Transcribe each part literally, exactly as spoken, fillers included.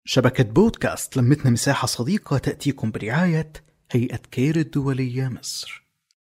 شبكة بودكاست لمتنا مساحة صديقة تأتيكم برعاية هيئة كير الدولية مصر.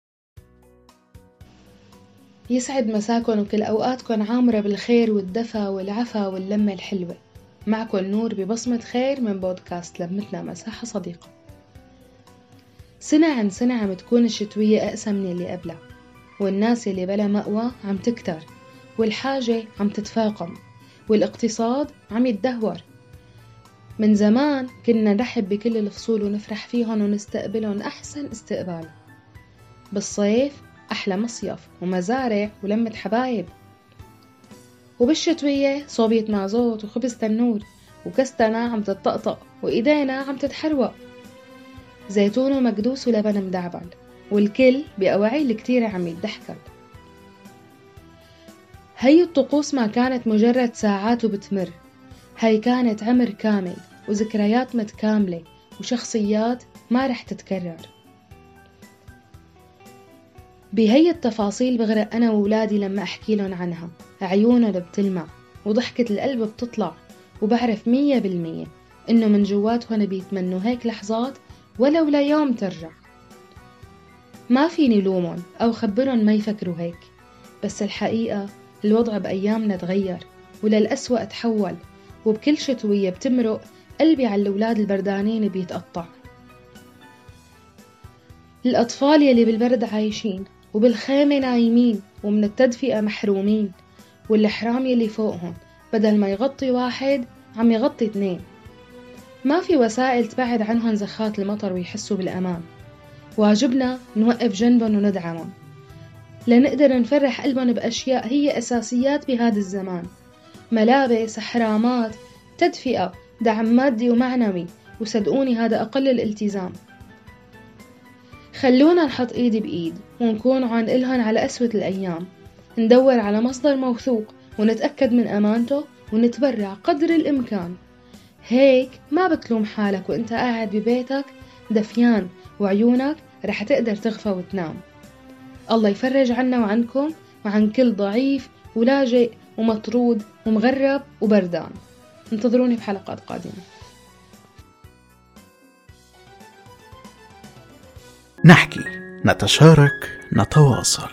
يسعد مساكن وكل أوقاتكن عامرة بالخير والدفى والعفا واللمة الحلوة. معكن نور ببصمة خير من بودكاست لمتنا مساحة صديقة. سنة عن سنة عم تكون الشتوية أقسى من اللي قبلها، والناس اللي بلا مأوى عم تكتر، والحاجة عم تتفاقم، والاقتصاد عم يتدهور. من زمان كنا نرحب بكل الفصول ونفرح فيهن ونستقبلهم أحسن استقبال. بالصيف أحلى مصيف ومزارع ولمة حبايب، وبالشتوية صوبية مازوت وخبز تنور وكستنا عم تتطقطق وإيدينا عم تتحروق، زيتون ومقدوس ولبن مدعبل، والكل بأواعيل كتيرة عم يتضحكن. هي الطقوس ما كانت مجرد ساعات وبتمر، هي كانت عمر كامل وذكريات متكاملة وشخصيات ما رح تتكرر. بهي التفاصيل بغرق أنا وولادي لما أحكي لهم عنها، عيونهم بتلمع وضحكة القلب بتطلع، وبعرف مية بالمية إنه من جواتهم بيتمنوا هيك لحظات ولو ليوم ترجع. ما فيني لومهم أو خبرهم ما يفكروا هيك، بس الحقيقة الوضع بأيامنا تغير وللأسوأ تحول، وبكل شتوية بتمرق قلبي على الأولاد البردانين بيتقطع. الأطفال يلي بالبرد عايشين وبالخيمة نايمين ومن التدفئة محرومين، والحرام يلي فوقهم بدل ما يغطي واحد عم يغطي اثنين. ما في وسائل تبعد عنهم زخات المطر ويحسوا بالأمان، واجبنا نوقف جنبهم وندعمهم لنقدر نفرح قلبهم بأشياء هي أساسيات بهذا الزمان: ملابس، حرامات، تدفئة، دعم مادي ومعنوي، وصدقوني هذا أقل الالتزام. خلونا نحط إيدي بإيد ونكون عند إلهن على أسوة الأيام، ندور على مصدر موثوق ونتأكد من أمانته ونتبرع قدر الإمكان. هيك ما بتلوم حالك وإنت قاعد ببيتك دفيان وعيونك رح تقدر تغفى وتنام. الله يفرج عنا وعنكم وعن كل ضعيف ولاجئ ومطرود ومغرب وبردان. انتظروني بحلقات قادمة. نحكي، نتشارك، نتواصل.